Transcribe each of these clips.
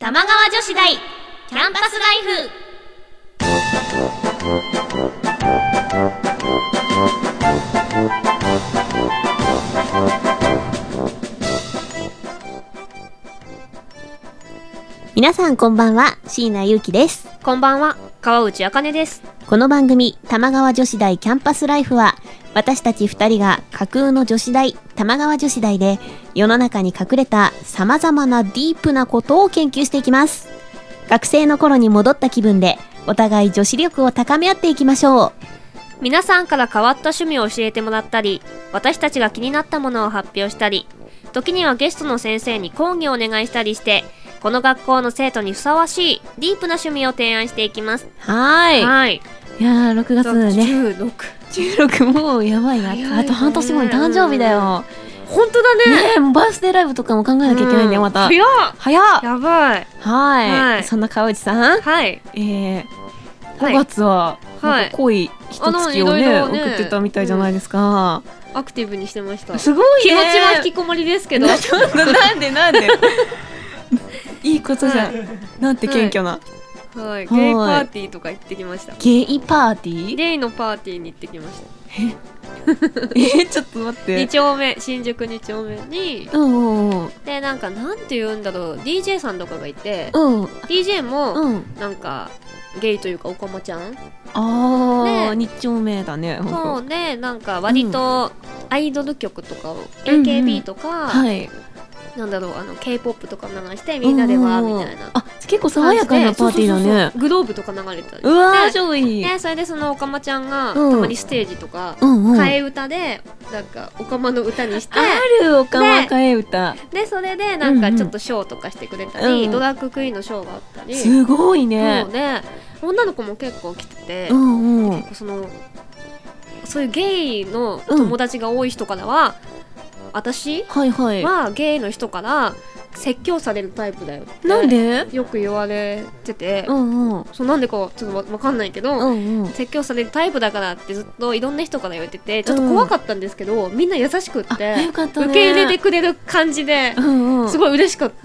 玉川女子大キャンパスライフ。皆さんこんばんは、椎名優樹です。 こんばんは、川内茜です。 この番組玉川女子大キャンパスライフは、私たち2人が架空の女子大玉川女子大で世の中に隠れた様々なディープなことを研究していきます。学生の頃に戻った気分でお互い女子力を高め合っていきましょう。 皆さんから変わった趣味を教えてもらったり、私たちが気になったものを発表したり、時にはゲストの先生に講義をお願いしたりして、この学校の生徒にふさわしいディープな趣味を提案していきます。 はい。いやー、6月ね。16もうやばいな。あと半年後に誕生日だよ。 本当だね。 ねえ、もうバースデーライブとかも考えなきゃいけないんだよ、また。 早っやばい。 はい。そんな川内さん。 はい。 5月は、なんか濃いひと月をね、送ってたみたいじゃないですか。 アクティブにしてました。 すごいね。 気持ちは引きこもりですけど。 ちょっとなんでいいことじゃん。なんて謙虚な。 はい、ゲイパーティーとか行ってきました。 ゲイパーティー？ ゲイのパーティーに行ってきました。 ちょっと待って。 2丁目、新宿2丁目に、で、なんて言うんだろう、DJ さんとかがいて、DJ も、なんか、ゲイというか、おかまちゃん？ 2丁目だね。 そうね、なんか割とアイドル曲とかを、AKB とか、なんだろう、K-POP とか流してみんなでわーみたいな。 あ、結構爽やかなパーティーだね。 グローブとか流れたりして。 うわー、超いい。 で、それでそのおかまちゃんが、たまにステージとか、替え歌で、なんか、おかまの歌にして。 あるおかま替え歌。 で、それで、なんかちょっとショーとかしてくれたり、ドラッグクイーンのショーがあったり。 すごいね。 で、女の子も結構来てて、結構そういうゲイの友達が多い人からは、私はゲイの人から説教されるタイプだよってなんでよく言われてて、そうなんでかちょっと分かんないけど、説教されるタイプだからってずっといろんな人から言われてて、ちょっと怖かったんですけど、みんな優しくって受け入れてくれる感じで、すごい嬉しかった。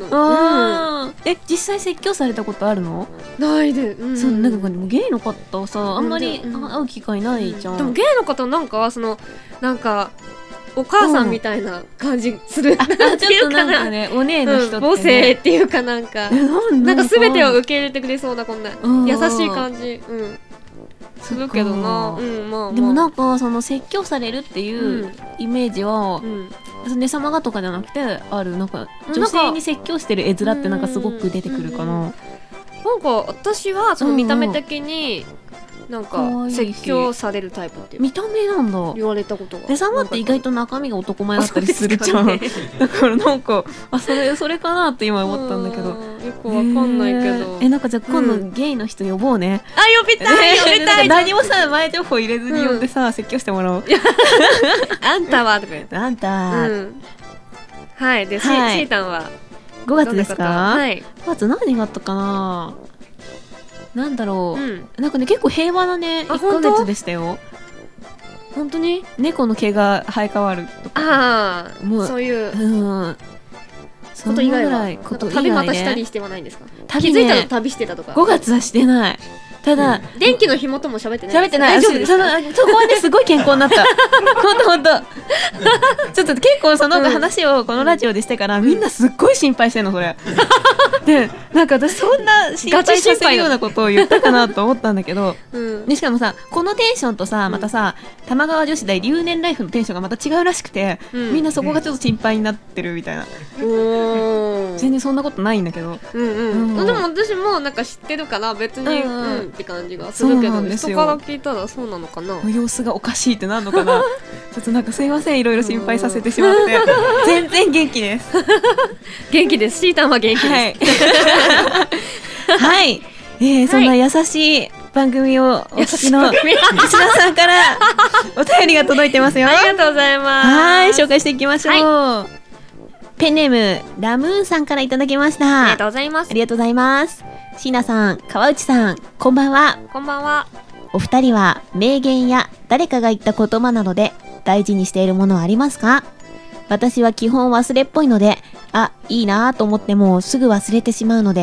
実際説教されたことあるの？ ないで。 そう、なんかゲイの方はさ、あんまり会う機会ないじゃん。 でもゲイの方なんかなんかお母さんみたいな感じする。なんていうかな、 お姉の人ってね、 母性っていうかなんか全てを受け入れてくれそうな、こんな優しい感じするけどな。 でもなんか説教されるっていうイメージは姉様がとかじゃなくてある、なんか女性に説教してる絵面ってなんかすごく出てくるかな。 なんか私は見た目的になんか説教されるタイプっていう見た目なんだ言われたことが。 でさまって意外と中身が男前だったりするじゃん。だからなんかそれかなって今思ったんだけど、 よくわかんないけど、 なんかじゃあ今度ゲイの人呼ぼうね。 呼びたい。 何もさ前情報入れずに呼んでさ説教してもらおう。 あんたはとか言って、 あんたははいで、シータンは 5月ですか ？5 月何があったかな。なんだろう、なんかね結構平和なね1ヶ月でしたよ。 本当に？ 猫の毛が生え変わるとか、 そういうこと以外は旅またしたりしてはないんですか？気づいたら旅してたとか。 5月はしてない。ただ電気の紐とも喋ってない。 喋ってない。そこはねすごい健康になった。ほんとちょっと結構その話をこのラジオでしてからみんなすっごい心配してんのそれ。でなんか私そんな心配させるようなことを言ったかなと思ったんだけど、しかもさこのテンションとさまたさ玉川女子大留年ライフのテンションがまた違うらしくて、みんなそこがちょっと心配になってるみたいな。全然そんなことないんだけど、 でも私もなんか知ってるから別にって感じがするけど、人から聞いたらそうなのかな。 様子がおかしいってなるのかな。ちょっとなんかすいません、いろいろ心配させてしまって全然元気です。 元気です。シータンは元気です。 はい、そんな優しい番組をお聞きのリスナーさんからお便りが届いてますよ。 ありがとうございます。 はい、紹介していきましょう。ペンネームラムーンさんからいただきました。 ありがとうございます。 ありがとうございます。椎名さん、川内さん、こんばんは。 こんばんは。 お二人は名言や誰かが言った言葉などで大事にしているものはありますか？私は基本忘れっぽいので、いいなと思ってもすぐ忘れてしまうので、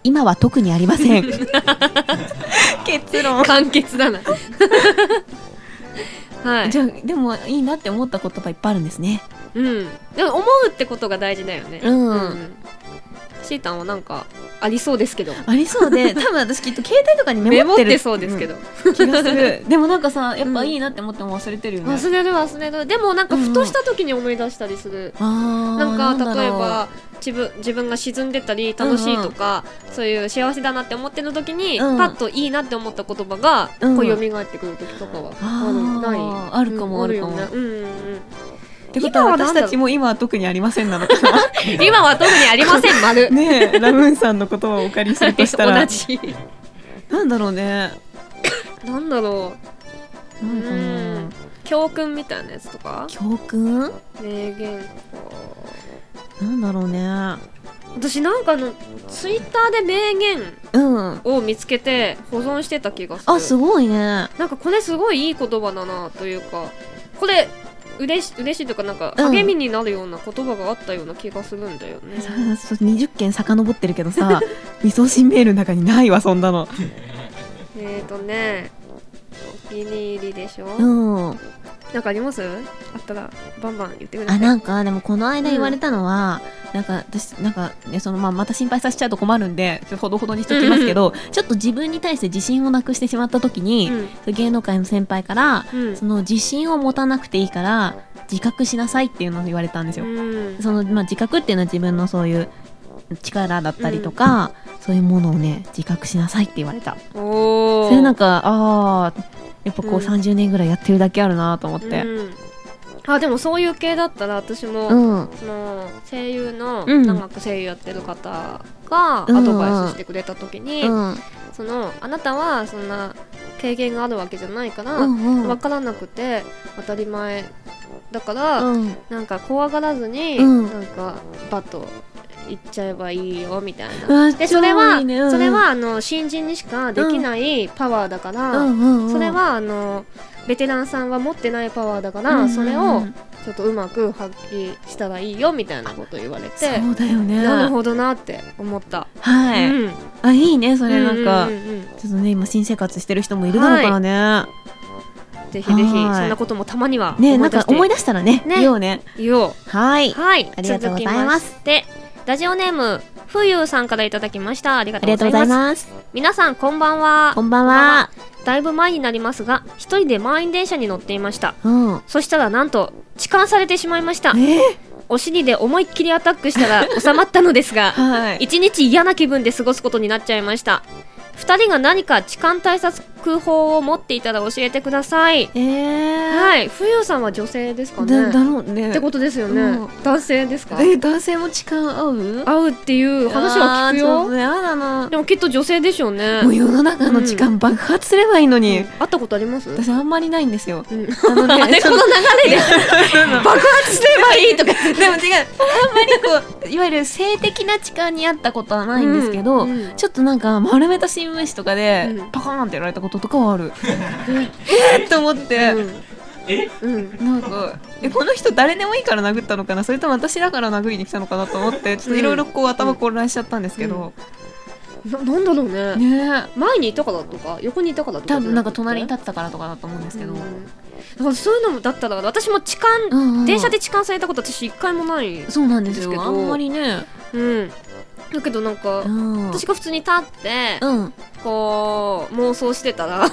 今は特にありません。結論簡潔だな。はい。 じゃあでもいいなって思った言葉いっぱいあるんですね。 うん。でも思うってことが大事だよね。シータンはなんかありそうですけど。 ありそうで、多分私きっと携帯とかにメモってる。 メモってそうですけど。 気がする。でもなんかさ、やっぱいいなって思っても忘れてるよね。 忘れる。でもなんかふとした時に思い出したりする。なんか例えば自分が沈んでたり楽しいとか、そういう幸せだなって思ってる時に、パッといいなって思った言葉がこう蘇ってくる時とかはあるかも。ってことは私たちも今は特にありませんなのかな。 今は特にありません。丸ねえ、ラムーンさんの言葉をお借りするとしたら同じ。 なんだろうね。 なんだろう。教訓みたいなやつとか。 教訓？ 名言。 なんだろうね。 私なんかツイッターで名言を見つけて保存してた気がする。 あ、すごいね。 なんかこれすごいいい言葉だなというか、これ嬉しいというか、なんか励みになるような言葉があったような気がするんだよね。 20件遡ってるけどさ、未送信メールの中にないわ、そんなの。 お気に入りでしょ。なんかあります？あったらバンバン言ってください。 なんかでもこの間言われたのは、なんか私なんかね、また心配させちゃうと困るんでほどほどにしときますけど、ちょっと自分に対して自信をなくしてしまった時に、芸能界の先輩から、その自信を持たなくていいから自覚しなさいっていうのを言われたんですよ。自覚っていうのは自分のそういう力だったりとか、そういうものをね自覚しなさいって言われた。それなんかやっぱこう30年ぐらいやってるだけあるなと思って。 でもそういう系だったら私も、その声優の長く声優やってる方がアドバイスしてくれた時に、あなたはそんな経験があるわけじゃないから、分からなくて当たり前だから、なんか怖がらずに、なんかバッと言っちゃえばいいよみたいな。でそれは新人にしかできないパワーだから、それはベテランさんは持ってないパワーだから、それをちょっとうまく発揮したらいいよみたいなこと言われて、 そうだよね、 なるほどなって思った。 はい、いいねそれ。なんかちょっとね今新生活してる人もいるだろうからね、 ぜひぜひそんなこともたまにはね、なんか思い出したらね言おうね。はい、 ありがとうございます。でラジオネームふゆうさんからいただきました。ありがとうございます。皆さんこんばんは。 こんばんは。 だいぶ前になりますが一人で満員電車に乗っていました。そしたらなんと痴漢されてしまいました。お尻で思いっきりアタックしたら収まったのですが、一日嫌な気分で過ごすことになっちゃいました。2人が何か痴漢対策法を持っていたら教えてください。はい、ふゆさんは女性ですかね。 だろうね。 ってことですよね。男性ですか？ 男性も痴漢合うっていう話は聞くよ。 やだな。 でもきっと女性でしょうね。 もう世の中の痴漢爆発すればいいのに。 会ったことあります？ 私あんまりないんですよ。 この流れで爆発すればいいとか。 でも違う。あんまりこういわゆる性的な痴漢にあったことはないんですけど、ちょっとなんか丸めた新聞紙とかでパカーンってやられたこととかはある。って思って、なんかこの人誰でもいいから殴ったのかな、それとも私だから殴りに来たのかなと思って、ちょっといろいろこう頭混乱しちゃったんですけど、 なんだろうね。前にいたからとか横にいたからとか、 多分なんか隣に立ってたからとかだと思うんですけど、 だからそういうのもだったら私も痴漢、電車で痴漢されたこと私一回もないんですけど。 そうなんですよ、あんまりね。 だけどなんか、私が普通に立って、こう妄想してたら、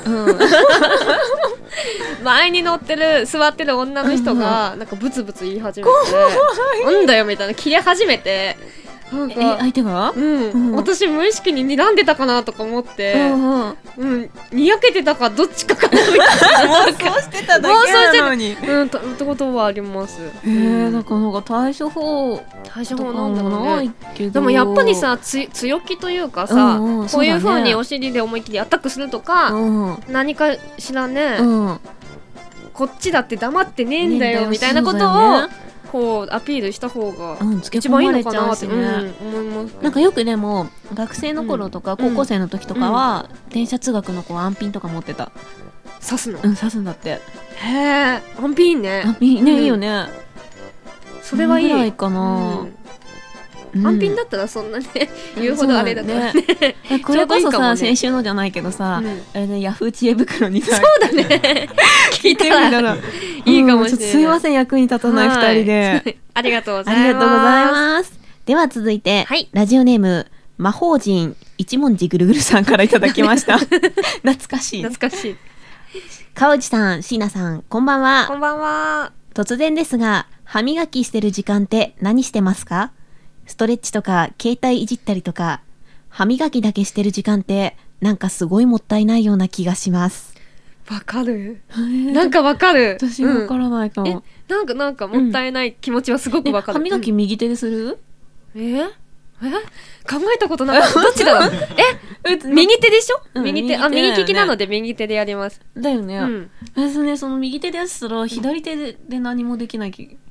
前に座ってる女の人がなんかブツブツ言い始めて、なんだよみたいな切れ始めて、なんか相手が私無意識に睨んでたかなとか思って、にやけてたかどっちかかなみたいな妄想してただけなのにってことはあります。 だからなんか対処法なんだろうね。でもやっぱりさ強気というかさ、こういう風にお尻で思いっきりアタックするとか、何かしらね、こっちだって黙ってねえんだよみたいなことをこうアピールした方が一番いいのかなって思います。 なんかよくでも学生の頃とか高校生の時とかは電車通学の子は安ピンとか持ってた。 刺すの？ 刺すんだって。 へえ、安ピンね。 安ピンね、いいよね。 それはいい。 ぐらいかな。 単品だったらそんなね言うほどあれだからね。 これこそさ、先週のじゃないけどさ、あれね、ヤフー知恵袋にさ、 そうだね聞いてみたらいいかもしれない。 すいません、役に立たない2人で。 ありがとうございます。 ありがとうございます。では続いて、ラジオネーム魔法陣一文字ぐるぐるさんからいただきました。懐かしい。 懐かしい。 川内さん、椎名さん、こんばんは。 こんばんは。 突然ですが、歯磨きしてる時間って何してますか？ストレッチとか携帯いじったりとか、歯磨きだけしてる時間ってなんかすごいもったいないような気がします。 わかる。なんかわかる。 私わからないかも。 なんかもったいない気持ちはすごくわかる。 歯磨き右手でする？ 考えたことなかった。どっちだろう。右手でしょ？右手、右利きなので右手でやります。 だよね。その右手でやってたら左手で何もできない気。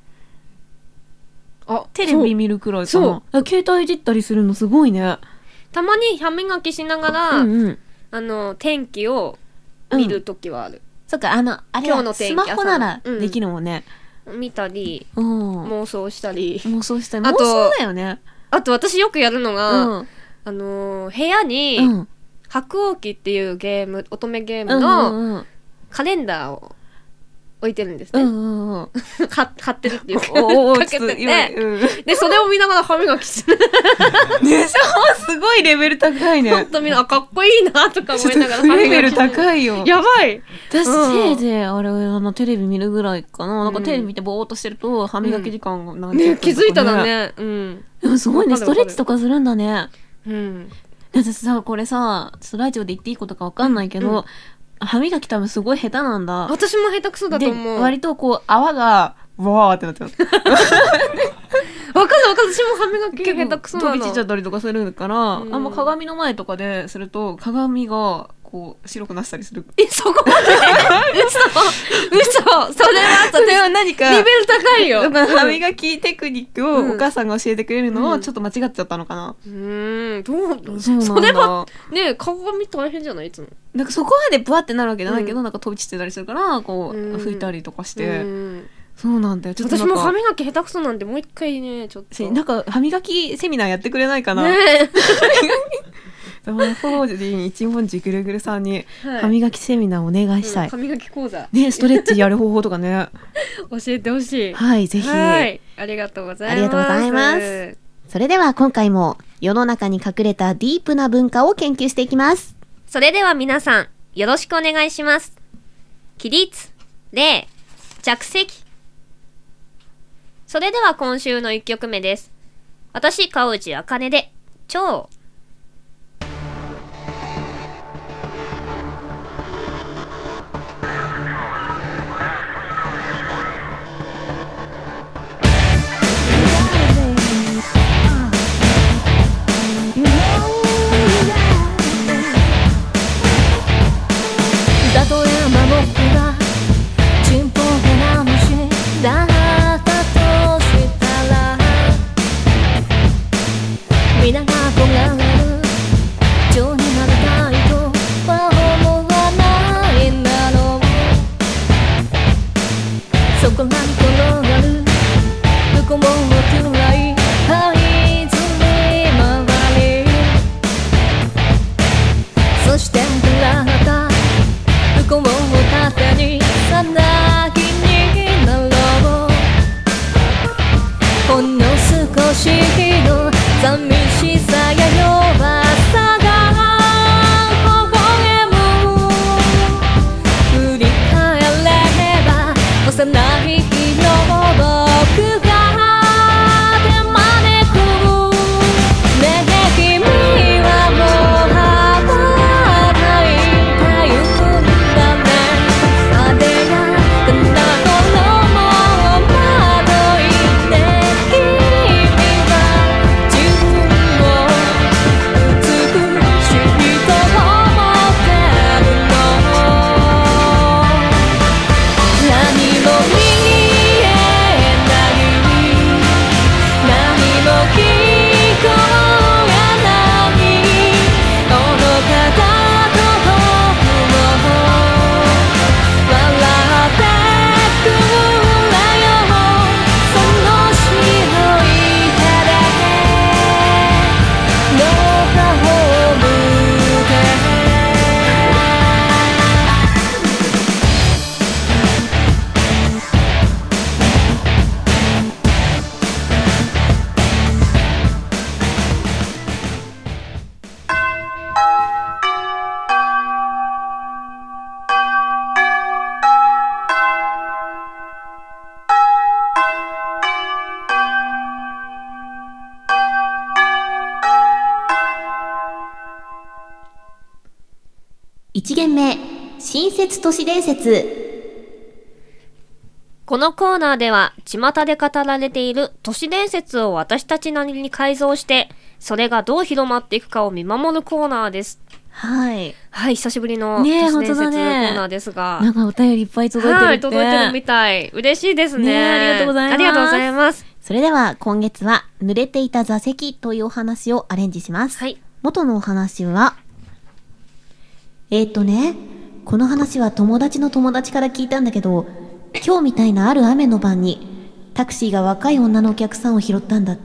テレビ見るくらいかな。携帯いじったりするのすごいね。 たまに歯磨きしながら、天気を見るときはある。 そっか、あれ今日の天気、スマホならできるもんね。 見たり、妄想したり。 妄想だよね。 あと私よくやるのが、部屋に白鸚記っていうゲーム、乙女ゲームのカレンダーを置いてるんですね。貼ってるっていうか、かけてて、でそれを見ながら歯磨きする。 ね、すごいレベル高いね。 ほんとみんなかっこいいなとか思いながら歯磨きする。 レベル高いよ。 やばい。 私せいぜいあれテレビ見るぐらいかな。なんかテレビ見てぼーっとしてると歯磨き時間が何時間気づいたらね。 でもすごいね、ストレッチとかするんだね。私さ、これさ、ちょっとラジオで言っていいことかわかんないけど、歯磨き多分すごい下手なんだ。 私も下手くそだと思う。 割とこう泡がわーってなってます。 わかる。私も歯磨き下手くそなの。 飛び散っちゃったりとかするから、あんま鏡の前とかですると鏡がこう白くなったりする。 そこまで嘘それは何かレベル高いよ。 歯磨きテクニックをお母さんが教えてくれるのをちょっと間違っちゃったのかな。 どうそれはね、鏡大変じゃない？いつもなんかそこまでブワってなるわけじゃないけど、なんか飛び散ってたりするからこう拭いたりとかして、そうなんだよ。 私も歯磨き下手くそなんでもう一回ね、ちょっとなんか歯磨きセミナーやってくれないかな。魔法陣一文字ぐるぐるさんに歯磨きセミナーお願いしたい。 歯磨き講座ね、ストレッチやる方法とかね教えてほしい。 はい、ぜひ。 ありがとうございます。 ありがとうございます。それでは今回も世の中に隠れたディープな文化を研究していきます。 それでは皆さんよろしくお願いします。起立、礼、着席。それでは今週の1曲目です。私川内あかねで超寂しさやよ 1限目、新設都市伝説。 このコーナーでは、巷で語られている都市伝説を私たちなりに改造して、それがどう広まっていくかを見守るコーナーです。 はい。 はい、久しぶりの都市伝説コーナーですが。 なんかお便りいっぱい届いてるって。はい、 届いてるみたい。嬉しいですね。 ありがとうございます。 ありがとうございます。 それでは今月は、濡れていた座席というお話をアレンジします。 はい。 元のお話は、この話は友達の友達から聞いたんだけど、今日みたいなある雨の晩にタクシーが若い女のお客さんを拾ったんだって。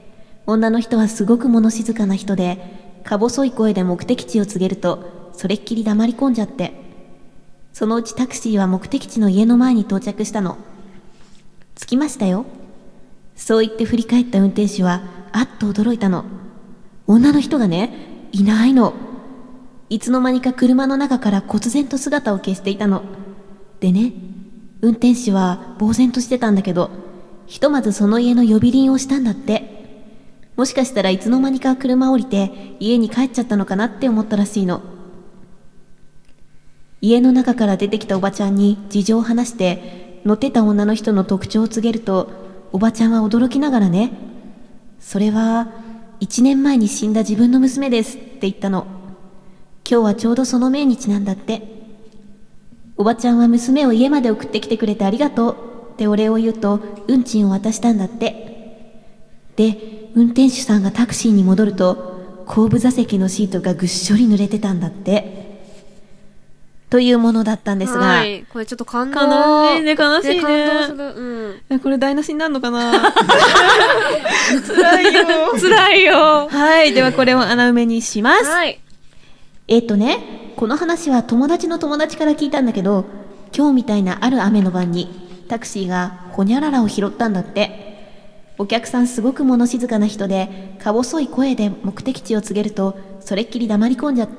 女の人はすごく物静かな人で、か細い声で目的地を告げるとそれっきり黙り込んじゃって、そのうちタクシーは目的地の家の前に到着したの。着きましたよ。そう言って振り返った運転手はあっと驚いたの。女の人がね、いないの。いつの間にか車の中から忽然と姿を消していたの。でね、運転手は呆然としてたんだけど、ひとまずその家の呼び鈴をしたんだって。もしかしたらいつの間にか車降りて家に帰っちゃったのかなって思ったらしいの。家の中から出てきたおばちゃんに事情を話して、乗ってた女の人の特徴を告げると、おばちゃんは驚きながらね、それは1年前に死んだ自分の娘ですって言ったの。今日はちょうどその命日なんだって。おばちゃんは娘を家まで送ってきてくれてありがとうってお礼を言うと、運賃を渡したんだって。で、運転手さんがタクシーに戻ると、後部座席のシートがぐっしょり濡れてたんだって。というものだったんですが。 はい。これちょっと感動。 悲しいね、悲しいね。 感動する。うん。 これ台無しになるのかな辛いよ。 辛いよ。 はい。ではこれを穴埋めにします。 はい。 この話は友達の友達から聞いたんだけど、今日みたいなある雨の晩にタクシーがホニャララを拾ったんだって。お客さんすごく物静かな人で、か細い声で目的地を告げるとそれっきり黙り込んじゃって、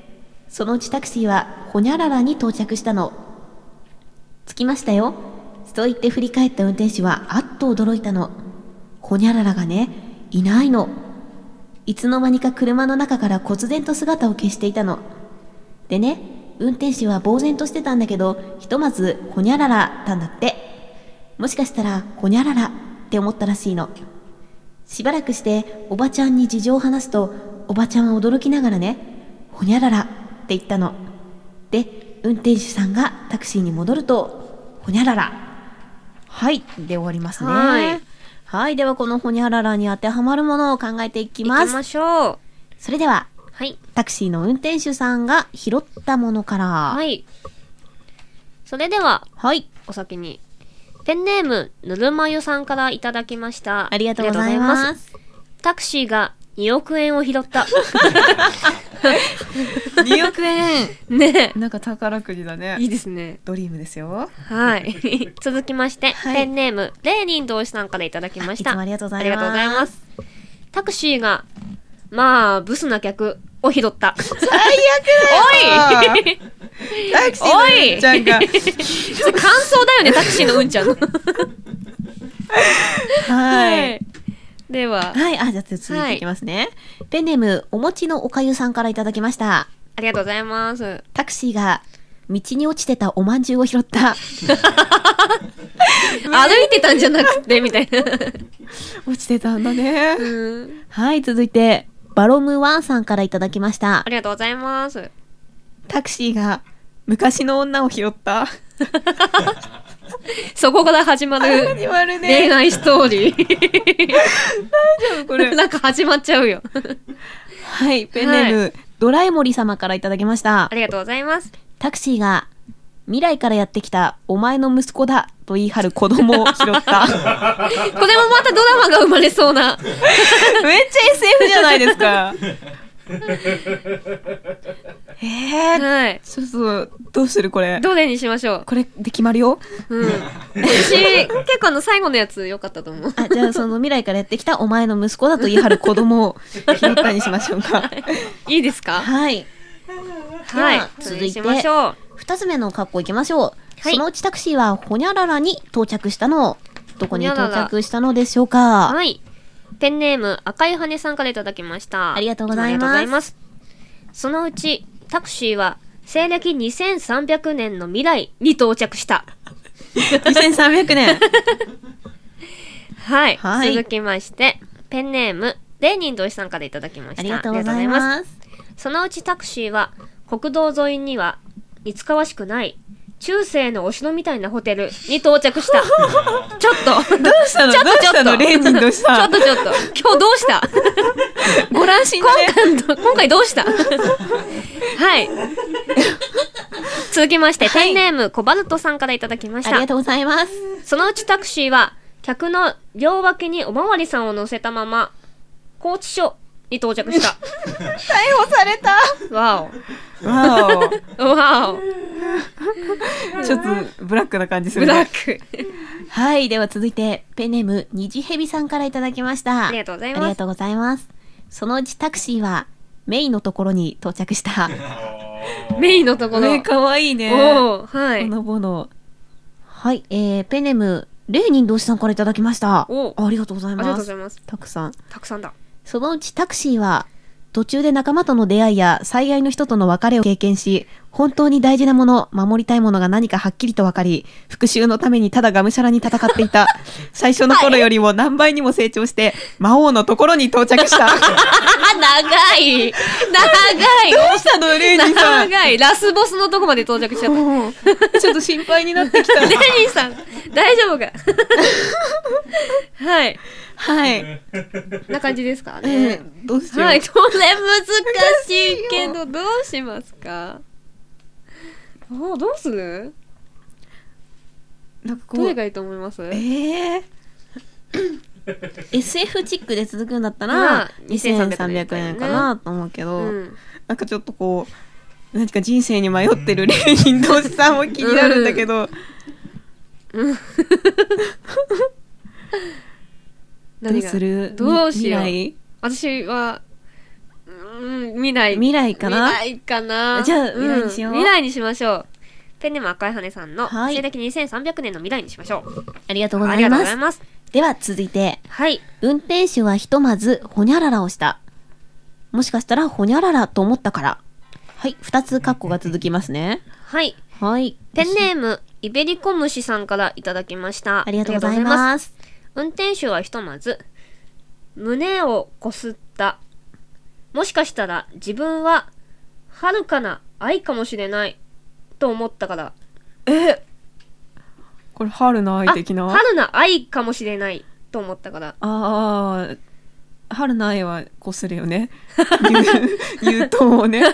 そのうちタクシーはホニャララに到着したの。着きましたよ。そう言って振り返った運転手はあっと驚いたの。ホニャララがね、いないの。いつの間にか車の中から忽然と姿を消していたの。でね、運転手は呆然としてたんだけど、ひとまずホニャララたんだって。もしかしたらホニャララって思ったらしいの。しばらくしておばちゃんに事情を話すと、おばちゃんは驚きながらね、ホニャララって言ったの。で、運転手さんがタクシーに戻ると、ホニャララ。はい、で終わりますね。はい、ではこのホニャララに当てはまるものを考えていきます。 行きましょう。 それでは、 はい。 タクシーの運転手さんが拾ったものから。 はい。それでは、 はい。 お先に。ペンネーム、ぬるま湯さんからいただきました。 ありがとうございます。 タクシーが2億円を拾った。 2億円ねえ。なんか宝くじだね。 いいですね。 ドリームですよ。 はい。続きまして、はい、ペンネーム、レーニン同士さんからいただきました。 いつもありがとうございます。 ありがとうございます。タクシーが、まあ、ブスな客を拾った。 最悪だよ。 おいタクシーのうんちゃんが。 感想だよね、タクシーのうんちゃんの。 はい。 では。 はい。じゃあ続いていきますね。はい、ペンネーム、お餅のおかゆさんからいただきました。 ありがとうございます。 タクシーが、道に落ちてたおまんじゅうを拾った。 歩いてたんじゃなくて、みたいな。 落ちてたんだね。はい。続いて、バロムワンさんからいただきました。 ありがとうございます。 タクシーが昔の女を拾った。 そこから始まる恋愛ストーリー。大丈夫これ。 なんか始まっちゃうよ。 はい。ペンネーム、ドラえもり様からいただきました。 ありがとうございます。 タクシーが未来からやってきたお前の息子だと言い張る子供を拾った。これもまたドラマが生まれそうな。 めっちゃ SF じゃないですか。 はい。 ちょっとどうするこれ。 どれにしましょう。 これで決まるよ。 結構最後のやつ良かったと思う。 じゃあその未来からやってきたお前の息子だと言い張る子供を拾ったにしましょうか。 いいですか。 はい。 はい。続いて2 つ目の格好いきましょう。はい、そのうちタクシーはホニャララに到着したの。どこに到着したのでしょうか。 はい。ペンネーム赤い羽さんからいただきました。 ありがとうございます。 そのうちタクシーは西暦2300年の未来に到着した。 2300年。 はい、はい。続きまして、ペンネーム、レーニン同士さんからいただきました。 ありがとうございます。 そのうちタクシーは、国道沿いには、似つかわしくない、中世のお城みたいなホテルに到着した。ちょっと。 どうしたの？どうしたの？レーニン同士さん。 ちょっと。今日どうした？ ご乱心だね。 今回どうした？はい。続きまして、ペンネーム、コバルトさんからいただきました。 ありがとうございます。 そのうちタクシーは、客の両脇におまわりさんを乗せたまま、拘置所に到着した。 逮捕された。 わお。 ちょっとブラックな感じするね。ブラック。 はい。では続いて、ペンネーム、にじへびさんからいただきました。 ありがとうございます。 ありがとうございます。そのうちタクシーは、メイのところに到着した。 メイのところ。 かわいいね。 はい。 ほのぼの。はい。ペンネーム、レーニン同士さんからいただきました。ありがとうございます。 ありがとうございます。 たくさんだ。 そのうちタクシーは、途中で仲間との出会いや最愛の人との別れを経験し、本当に大事なもの、守りたいものが何かはっきりと分かり、復讐のためにただがむしゃらに戦っていた。最初の頃よりも何倍にも成長して、魔王のところに到着した。 長い。どうしたのレーニンさん。 長い。ラスボスのとこまで到着しちゃった。ちょっと心配になってきた。 レーニンさん、大丈夫か？はい。 はい。 な感じですかね。 どうしよう。 はい、これ難しいけど、どうしますか？どうする？ なんかこう。 どれがいいと思います？ SF チックで続くんだったら、2300円かなと思うけど、なんかちょっとこう、何か人生に迷ってるレーニン同士さんも気になるんだけど。どうする？ どうしよう。私は、未来かな？ じゃあ、未来にしよう。 未来にしましょう。ペンネーム赤い羽さんの、西暦2300年の未来にしましょう。 ありがとうございます。では続いて、 はい。 運転手はひとまず、ほにゃららをした。もしかしたら、ほにゃららと思ったから。はい、2つカッコが続きますね。 はい。 はい。 ペンネーム、イベリコムシさんからいただきました。 ありがとうございます。 運転手はひとまず、胸をこすった。もしかしたら自分は遥かな愛かもしれないと思ったから。 これ春の愛的な？ 春の愛かもしれないと思ったから。 春の愛はこするよね。言うとをね。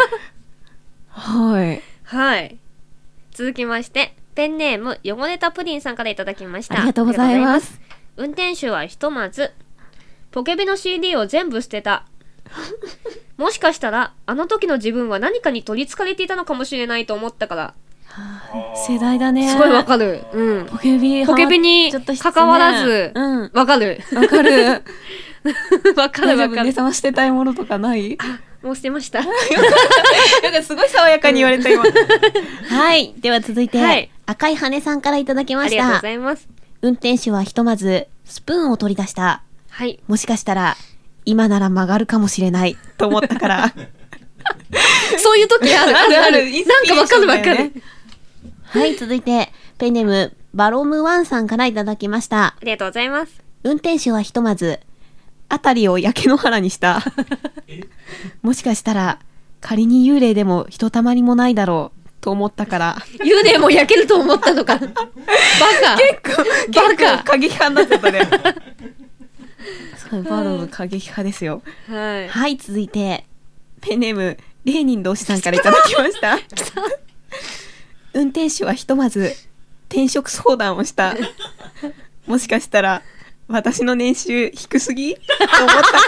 はい。 はい。続きまして、ペンネーム汚れたプリンさんからいただきました。 ありがとうございます。 運転手はひとまずポケビの CD を全部捨てた。もしかしたらあの時の自分は何かに取り憑かれていたのかもしれないと思ったから。 世代だね。 すごいわかる。ポケビに関わらずわかる。わかる。 値段捨てたいものとかない？ もう捨てました。 なんかすごい爽やかに言われた今。はい。では続いて、赤い羽さんからいただきました。 ありがとうございます。 運転手はひとまずスプーンを取り出した。 はい。 もしかしたら今なら曲がるかもしれないと思ったから。 そういう時ある。なんかわかる。 はい。続いてペンネームバロムワンさんからいただきました。 ありがとうございます。 運転手はひとまずあたりを焼け野原にした。もしかしたら仮に幽霊でもひとたまりもないだろうと思ったから。 幽霊も焼けると思ったのか。バカ。 結構過激派になってたね。すごいバロム過激派ですよ。はい。続いてペンネームレーニン同士さんからいただきました。運転手はひとまず転職相談をした。もしかしたら私の年収低すぎと思ったから。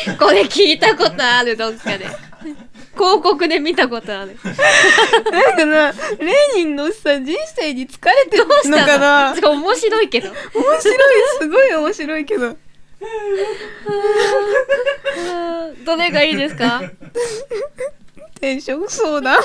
これ聞いたことある、どっかで。広告で見たことある。 なんかな、レーニンのさ、人生に疲れてるのかな。 面白いけど。 面白い、すごい面白いけど。 どれがいいですか？ 転職相談。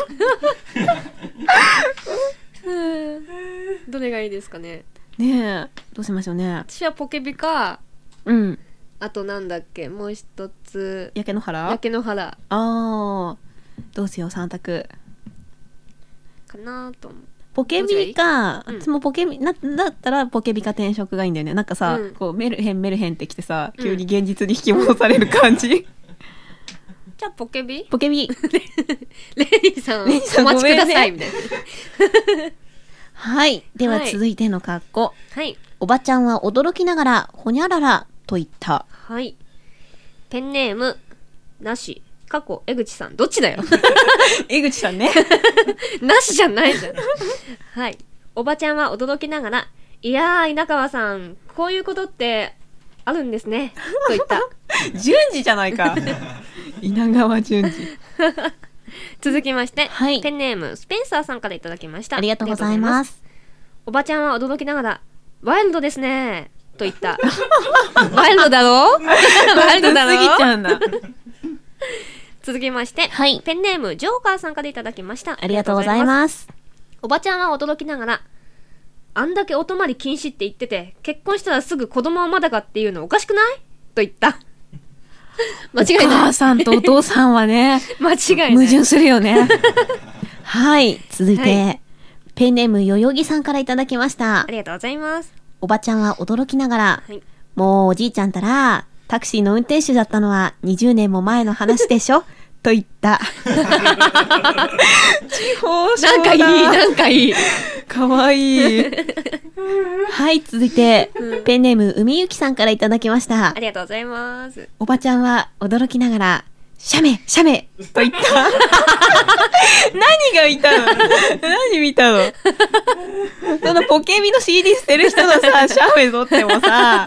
どれがいいですかね。 ねえ、どうしましょうね。 私はポケビか、 あとなんだっけ、もう一つ。 焼け野原。 焼け野原。 ああ。 どうしよう、3択かなと思う。 ポケビか、 うん、 私もポケビだったらポケビか転職がいいんだよね。なんかさ、 うん、 こうメルヘンってきてさ、急に現実に引き戻される感じ、じゃあポケビレイニーさんお待ちくださいみたいなはい、では続いての格好、 はい、 おばちゃんは驚きながらほにゃららと言った。 はい、ペンネームなし過去江口さん、どっちだよ江口さんねなしじゃないじゃんはい、おばちゃんは驚きながら、いやー稲川さん、こういうことってあるんですねと言った順次じゃないか稲川順次続きまして、 はい、 ペンネームスペンサーさんからいただきました。 ありがとうございます。 おばちゃんは驚きながら、ワイルドですねと言ったワイルドだろワイルドだろ過ぎちゃうんだ続きまして、 はい、 ペンネームジョーカーさんからいただきました。 ありがとうございます。 おばちゃんは驚きながら、あんだけお泊まり禁止って言ってて、結婚したらすぐ子供はまだかっていうのおかしくないと言った間違いない。お母さんとお父さんはね間違いない、 矛盾するよねはい、続いて、はい、ペンネームよよぎさんからいただきました。 ありがとうございます。 おばちゃんは驚きながら、 はい、 もうおじいちゃんたらタクシーの運転手だったのは20年も前の話でしょと言った地方症だ。 なんかいいかわいいはい、続いて、ペンネーム海ゆきさんからいただきました。 ありがとうございます。 おばちゃんは驚きながら、シャメと言った何が見たの何見たのそのポケビの CD 捨てる人のさ、シャメ撮ってもさ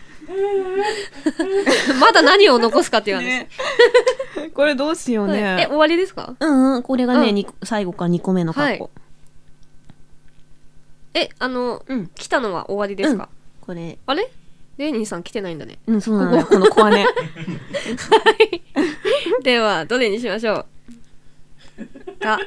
まだ何を残すかっていう話、ね、 これどうしようね、 はい、終わりですか？ これがね、最後か2個目の格好、 はい、来たのは終わりですか？ これあれレーニーさん来てないんだね。 そうなのよ、この子はねはいではどれにしましょうか？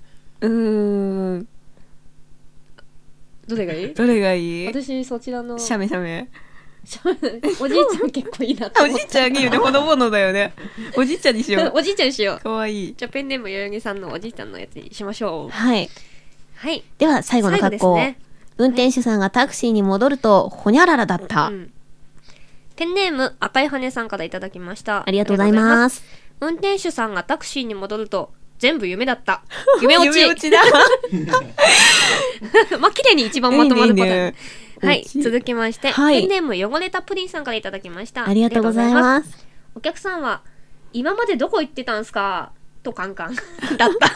どれがいい？私そちらのシャメおじいちゃん結構いいなと思ったおじいちゃんいいよね、ほのぼのだよね。おじいちゃんにしようおじいちゃんにしよう。 かわいい。 じゃあペンネームよよぎさんのおじいちゃんのやつにしましょう。 はいはい。 では最後の格好、ね、運転手さんがタクシーに戻るとほにゃららだった、 ペンネーム赤い羽さんからいただきました。 ありがとうございます。 運転手さんがタクシーに戻ると全部夢だった。夢落ち夢落ちだまあ綺麗に一番まとまるパターン。 いいね、 はい、続きまして、 はい、 ペンネーム汚れたプリンさんからいただきました。 ありがとうございます。 お客さんは今までどこ行ってたんすかとカンカンだった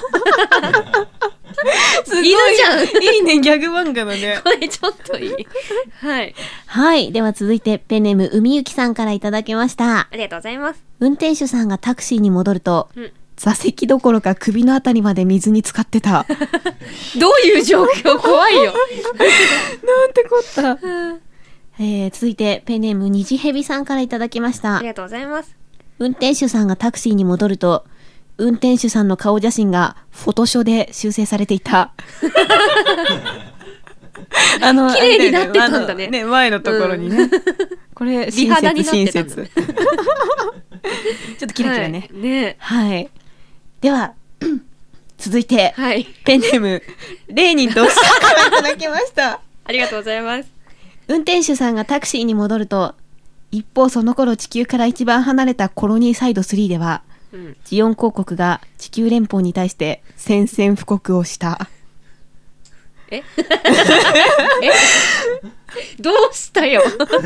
すごい、いいじゃん。いいね、ギャグ漫画だね。 これちょっといい。はい。 はい。では続いて、ペンネーム海ゆきさんからいただきました。 ありがとうございます。 運転手さんがタクシーに戻ると、座席どころか首のあたりまで水に浸かってた。 どういう状況？怖いよ。 なんてこった。続いて、ペンネームにじへびさんからいただきました。 ありがとうございます。 運転手さんがタクシーに戻ると、運転手さんの顔写真がフォトショーで修正されていた。綺麗になってたんだね。 前のところにね。これ、 美肌になってたんだ。 ちょっとキラキラね。 ね。 はい。では、続いて、 はい、 ペンネーム、レーニンとさんからいただきました。 ありがとうございます。 運転手さんがタクシーに戻ると、一方その頃地球から一番離れたコロニーサイド3では、ジオン公国が地球連邦に対して宣戦布告をした。 どうしたよ。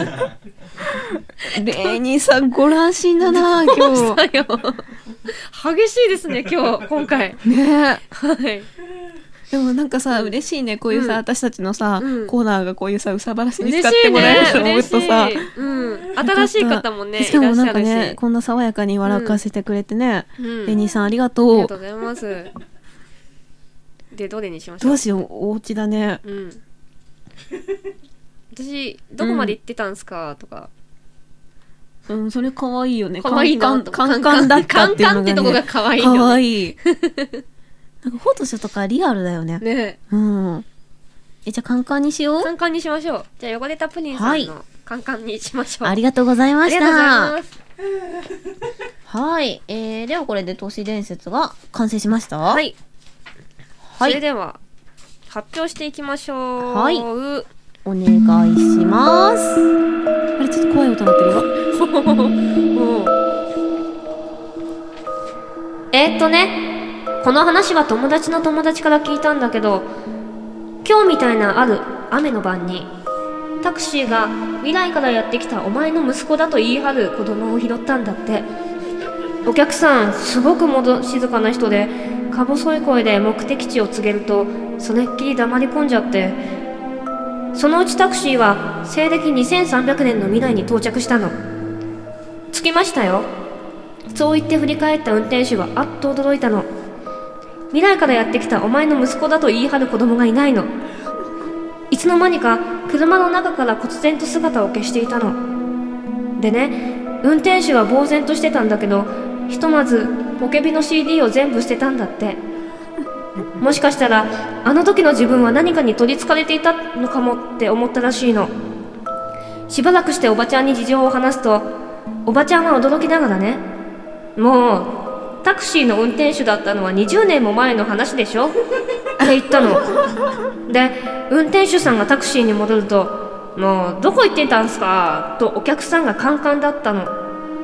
レーニーさんご乱心だな今日。 どうしたよ。激しいですね今回。 ね。 はい。 でもなんかさ、嬉しいね、こういうさ、私たちのさ、コーナーがこういうさ、うさばらしに使ってもらえると思うとさ、 新しい方もね、 しかもなんかね、こんな爽やかに笑かせてくれてね、レニーさんありがとう。 ありがとうございます。で、どれにしましょう？ どうしよう、お家だね。 私、どこまで行ってたんすかとか。 それ可愛いよね。 可愛いな。 カンカンだったっていうのがね。 カンカンってとこが可愛いよね。 可愛い。なんかフォトショーとかリアルだよね。 ね。 じゃあカンカンにしよう。 カンカンにしましょう。じゃあ汚れたプリンさんのカンカンにしましょう。 ありがとうございました。 ありがとうございます。 はい。ではこれで都市伝説が完成しました。 はい。それでは、発表していきましょう。 はい。お願いします。あれ、ちょっと怖い音鳴ってるよ。 この話は友達の友達から聞いたんだけど、今日みたいなある雨の晩に、タクシーが未来からやってきたお前の息子だと言い張る子供を拾ったんだって。お客さんすごく静かな人で、か細い声で目的地を告げるとそれっきり黙り込んじゃって、そのうちタクシーは西暦2300年の未来に到着したの。着きましたよ。そう言って振り返った運転手はあっと驚いたの。未来からやってきたお前の息子だと言い張る子供がいないの。いつの間にか車の中から忽然と姿を消していたのでね、運転手は呆然としてたんだけど、ひとまずポケビの CD を全部捨てたんだって。もしかしたらあの時の自分は何かに取りつかれていたのかもって思ったらしいの。しばらくしておばちゃんに事情を話すと、おばちゃんは驚きながらね、もうタクシーの運転手だったのは20年も前の話でしょって言ったので、運転手さんがタクシーに戻ると、もうどこ行ってたんすかとお客さんがカンカンだったの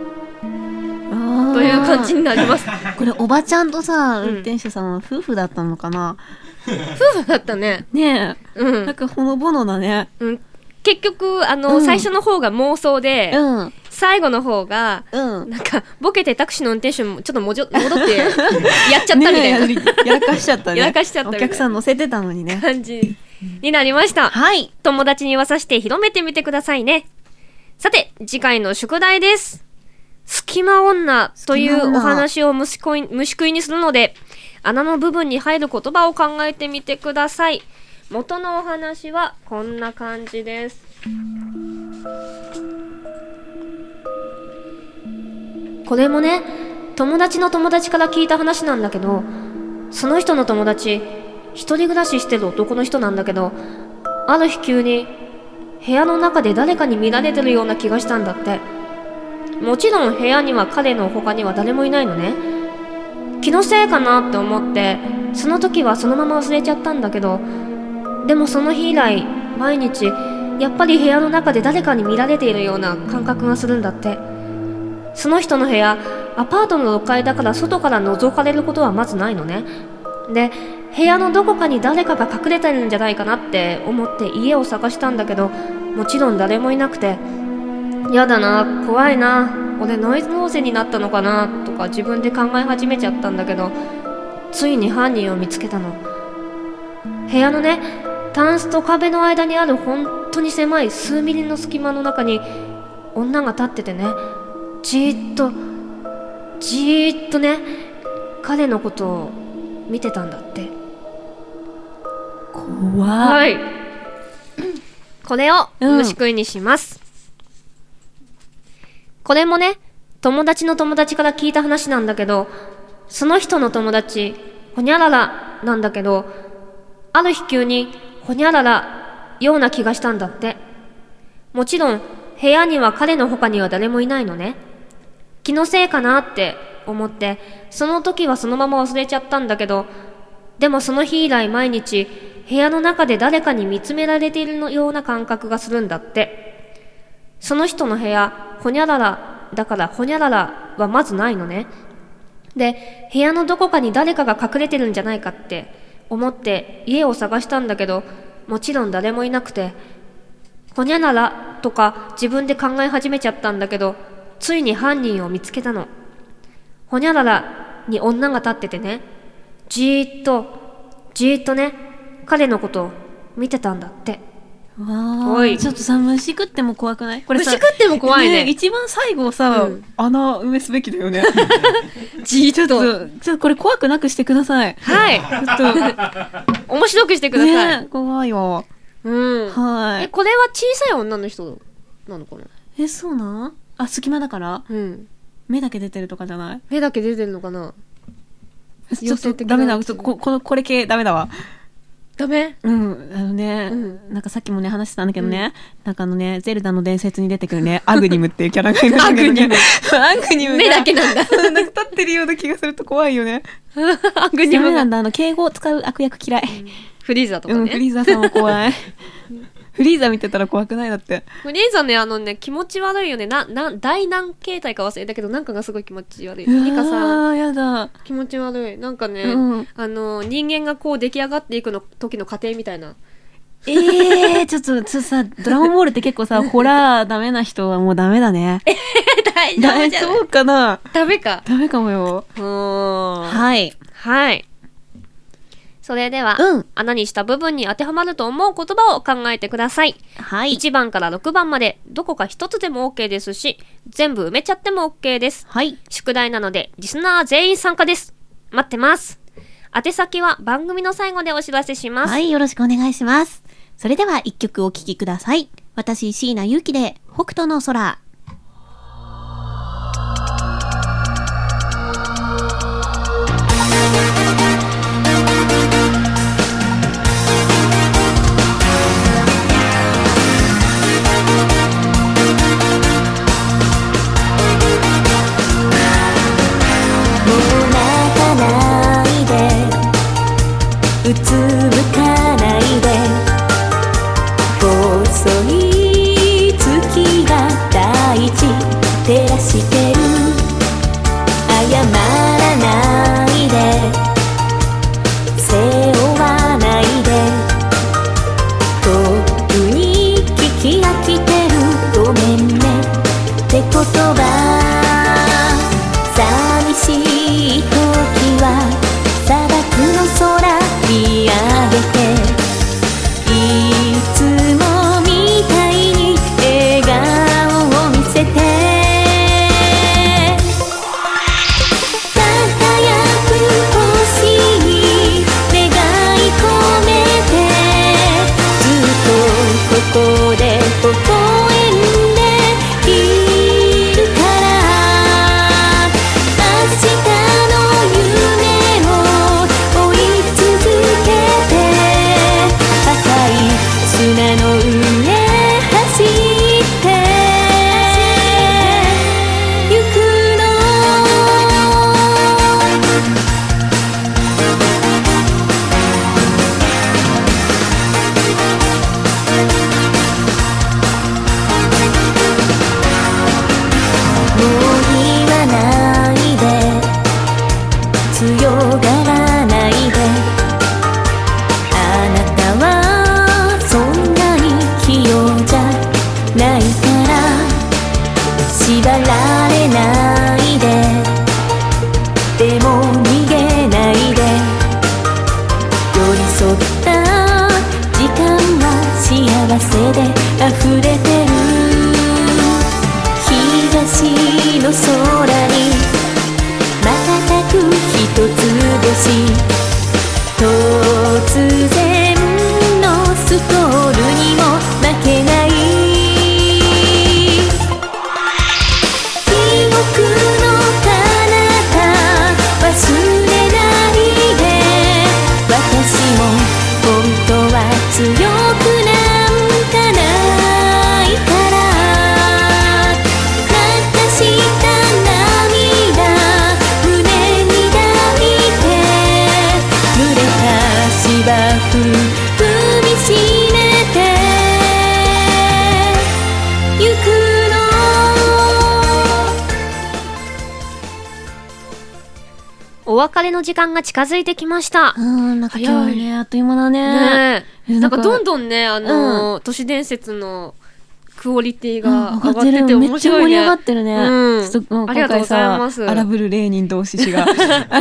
という感じになります。 これおばちゃんとさ、運転手さんは夫婦だったのかな。 夫婦だったね。 ねえ、なんかほのぼのだね。 結局最初の方が妄想で、最後の方が、なんかボケてタクシーの運転手もちょっと戻ってやっちゃったみたいな、 やらかしちゃったね。 やらかしちゃったみたいな、 お客さん乗せてたのにね、 感じになりました。 はい。 友達に言わさせて広めてみてくださいね。さて次回の宿題です。隙間女というお話を虫食いにするので、穴の部分に入る言葉を考えてみてください。元のお話はこんな感じです。これもね、友達の友達から聞いた話なんだけど、その人の友達一人暮らししてる男の人なんだけど、ある日急に部屋の中で誰かに見られてるような気がしたんだって。もちろん部屋には彼の他には誰もいないのね。気のせいかなって思って、その時はそのまま忘れちゃったんだけど、でもその日以来毎日やっぱり部屋の中で誰かに見られているような感覚がするんだって。その人の部屋、アパートの6階だから外から覗かれることはまずないのね。で、部屋のどこかに誰かが隠れてるんじゃないかなって思って家を探したんだけど、もちろん誰もいなくて、やだな、怖いな、俺ノイズノーゼになったのかなとか自分で考え始めちゃったんだけど、ついに犯人を見つけたの。部屋のね、タンスと壁の間にある本当に狭い数ミリの隙間の中に女が立っててね、じーっとね、彼のことを見てたんだって。 怖い。 これを虫食いにします。これもね、友達の友達から聞いた話なんだけど、その人の友達ほにゃららなんだけど、ある日急にほにゃららような気がしたんだって。もちろん部屋には彼の他には誰もいないのね。気のせいかなって思って、その時はそのまま忘れちゃったんだけど、でもその日以来毎日部屋の中で誰かに見つめられているような感覚がするんだって。その人の部屋、ほにゃららだからほにゃららはまずないのね。で、部屋のどこかに誰かが隠れてるんじゃないかって思って家を探したんだけど、もちろん誰もいなくて、ほにゃららとか自分で考え始めちゃったんだけど、ついに犯人を見つけたの。ほにゃららに女が立っててね、じーっとね、彼のことを見てたんだって。 わー、ちょっとさ、虫食っても怖くない？これさ、 虫食っても怖いね。 一番最後さ、穴埋めすべきだよね。 じーっと。 ちょっとこれ怖くなくしてください。 はい。ちょっと面白くしてください。 ね、怖いわ。はい。 これは小さい女の人なのかな？ そうなん？あ、隙間だから？目だけ出てるとかじゃない？ 目だけ出てるのかな？ ちょっとダメだ。これ系ダメだわ。 ダメ？ うん、なんかさっきもね話してたんだけどね、なんかゼルダの伝説に出てくるね、アグニムっていうキャラがいるんだけどね。アグニム目だけなんだ。 なんか立ってるような気がすると怖いよね。 アグニムなんだ、敬語を使う悪役嫌い。 フリーザとかね。 フリーザさんも怖い。フリーザ見てたら怖くないだって。 フリーザね、気持ち悪いよね。第何形態か忘れたけど、なんかがすごい気持ち悪い。ミカさん。 やだ。 気持ち悪い。なんかね、人間がこう出来上がっていく時の過程みたいな。 ちょっとさ、ドラゴンボールって結構さ、ホラーダメな人はもうダメだね。 大丈夫じゃない？ そうかな？ ダメか。 ダメかもよ。はい。 はい。それでは、穴にした部分に当てはまると思う言葉を考えてください。 はい。 1番から6番まで、どこか一つでも OK ですし、全部埋めちゃっても OK です。 はい。 宿題なので、リスナー全員参加です。待ってます。宛先は番組の最後でお知らせします。 はい、よろしくお願いします。それでは一曲お聴きください。私、椎名祐希で、北斗の空。うつむかないで、細い月が大地照らしてる。謝らないで、背負わないで、特に聞き飽きてる。ごめんねって言葉、寂しい時は砂漠の空見上げて、いつもみたいに笑顔を見せて、輝く星に願い込めて、ずっとここで微笑んでいるから、明日の夢を追い続けて、赤い砂の上走ってゆくの。もう言わないで、強がらないで、あなたはそんなに器用じゃないから、縛られないで、でも逃げないで、寄り添った時間は幸せで溢れてる。東の空に瞬く一つ星、突然のストールにも負けない。記憶の彼方忘れないで、私も本当は強くなんかないから、流した涙胸に抱いて、濡れた芝生踏みしめてゆくの。 お別れの時間が近づいてきました。 なんか今日ね、あっという間だね。 なんかどんどんね、都市伝説のクオリティが上がってて面白いね。めっちゃ盛り上がってるね。ちょっとありがとうございます。 荒ぶるレーニン同志氏が。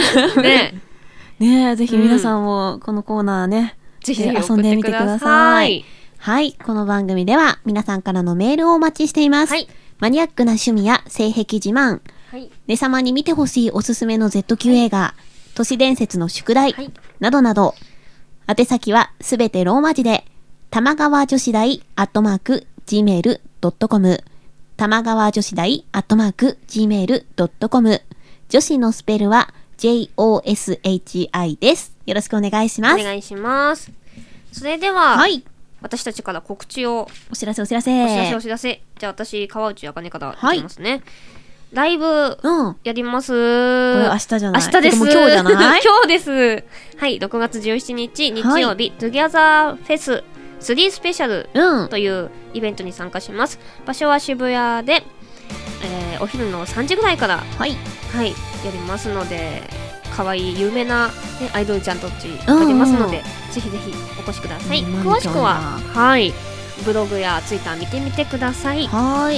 ねえ、ぜひ皆さんもこのコーナーね、 ぜひ遊んでみてください。はい、この番組では皆さんからのメールをお待ちしています。マニアックな趣味や性癖自慢、ね様に見てほしいおすすめの Z 級映画、都市伝説の宿題、などなど、宛先はすべてローマ字で、玉川女子大@gmail.com、玉川女子大@gmail.com、女子のスペルはJOSHI です。よろしくお願いします。 お願いします。 それでは、 はい、 私たちから告知を。 お知らせ。じゃあ私、川内茜からいきますね。ライブ、やります。これ明日じゃない？ 明日です。 もう今日じゃない今日です。はい、6月17日、日曜日、Together Fest 3スペシャルというイベントに参加します。場所は渋谷で、お昼の3時ぐらいから、はい、やりますので、可愛い有名な、ね、アイドルちゃんたちが出ますので、ぜひぜひお越しください。詳しくは、ブログやツイッター見てみてください。 はい。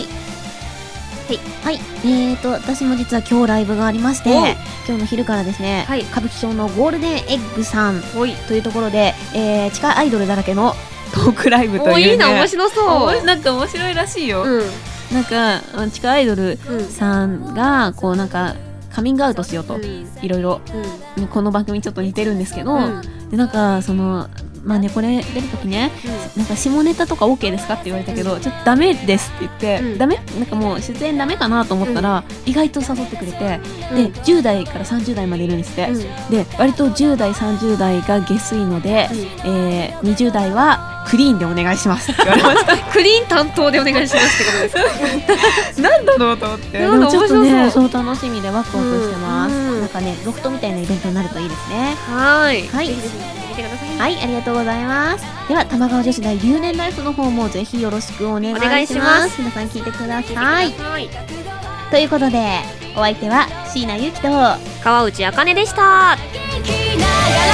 私も実は今日ライブがありまして、今日の昼からですね、歌舞伎町のゴールデンエッグさんというところで、地下アイドルだらけのトークライブというね。 いいな、面白そう。 なんか面白いらしいよ。なんか地下アイドルさんがこうなんかカミングアウトしようと、いろいろこの番組ちょっと似てるんですけど、でなんかそのまあね、これ出るときね、なんか下ネタとか OK ですかって言われたけど、ちょっとダメですって言って、ダメなんかもう出演ダメかなと思ったら、意外と誘ってくれて、で10代から30代までいるんですって、で割と10代30代が下水ので、20代はクリーンでお願いしますって言われましたクリーン担当でお願いしますってことですかなんだろうと思って、でもちょっとね、そう楽しみでワクワクしてます。なんかね、ロフトみたいなイベントになるといいですね。 はい、 はい、ありがとうございます。では玉川女子大留年ライフの方もぜひよろしくお願いします。皆さん聞いてください。ということでお相手は椎名ゆきと川内茜でした。それでも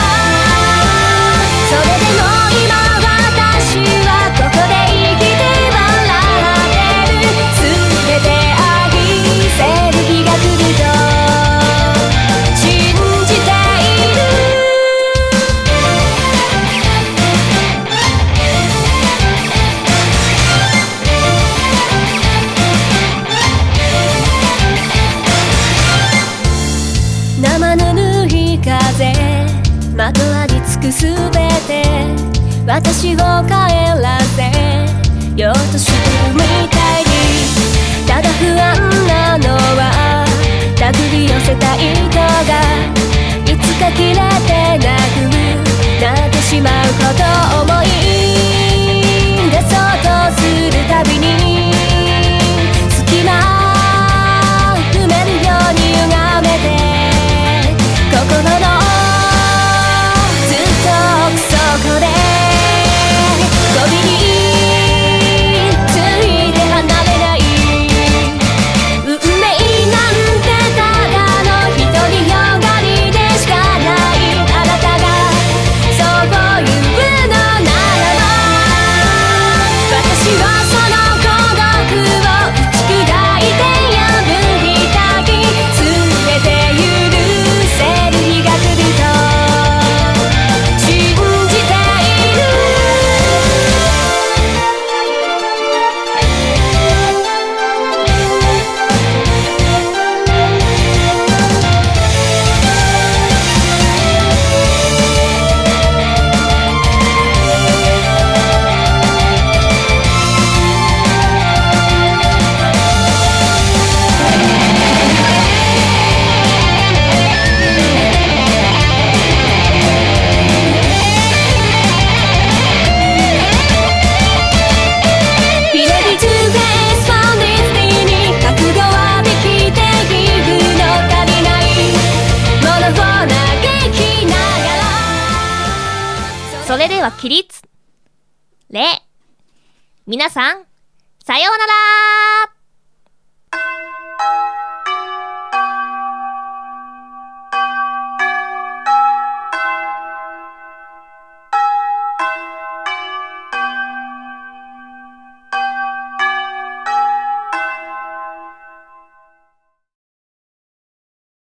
今私はここで生きて笑ってる。全て愛せる日が来ると信じている。生ぬるい風まとわりつくすべて私を帰らせようとしてるみたいに、ただ不安なのは手繰り寄せた糸がいつか切れてなくなってしまうことを思い出そうとするたびに隙間埋めるように歪めて心のずっと奥底でゴミについて離れない。運命なんてただの独りよがりでしかない。あなたがそう言うのならば私はその孤独を打ち砕いて破りたい。全て許せる日が来ると信じている。ピレリズフェイスファンディスティに覚悟はできているの足りないものを嘆きながら。それでは起立礼。皆さんさようなら。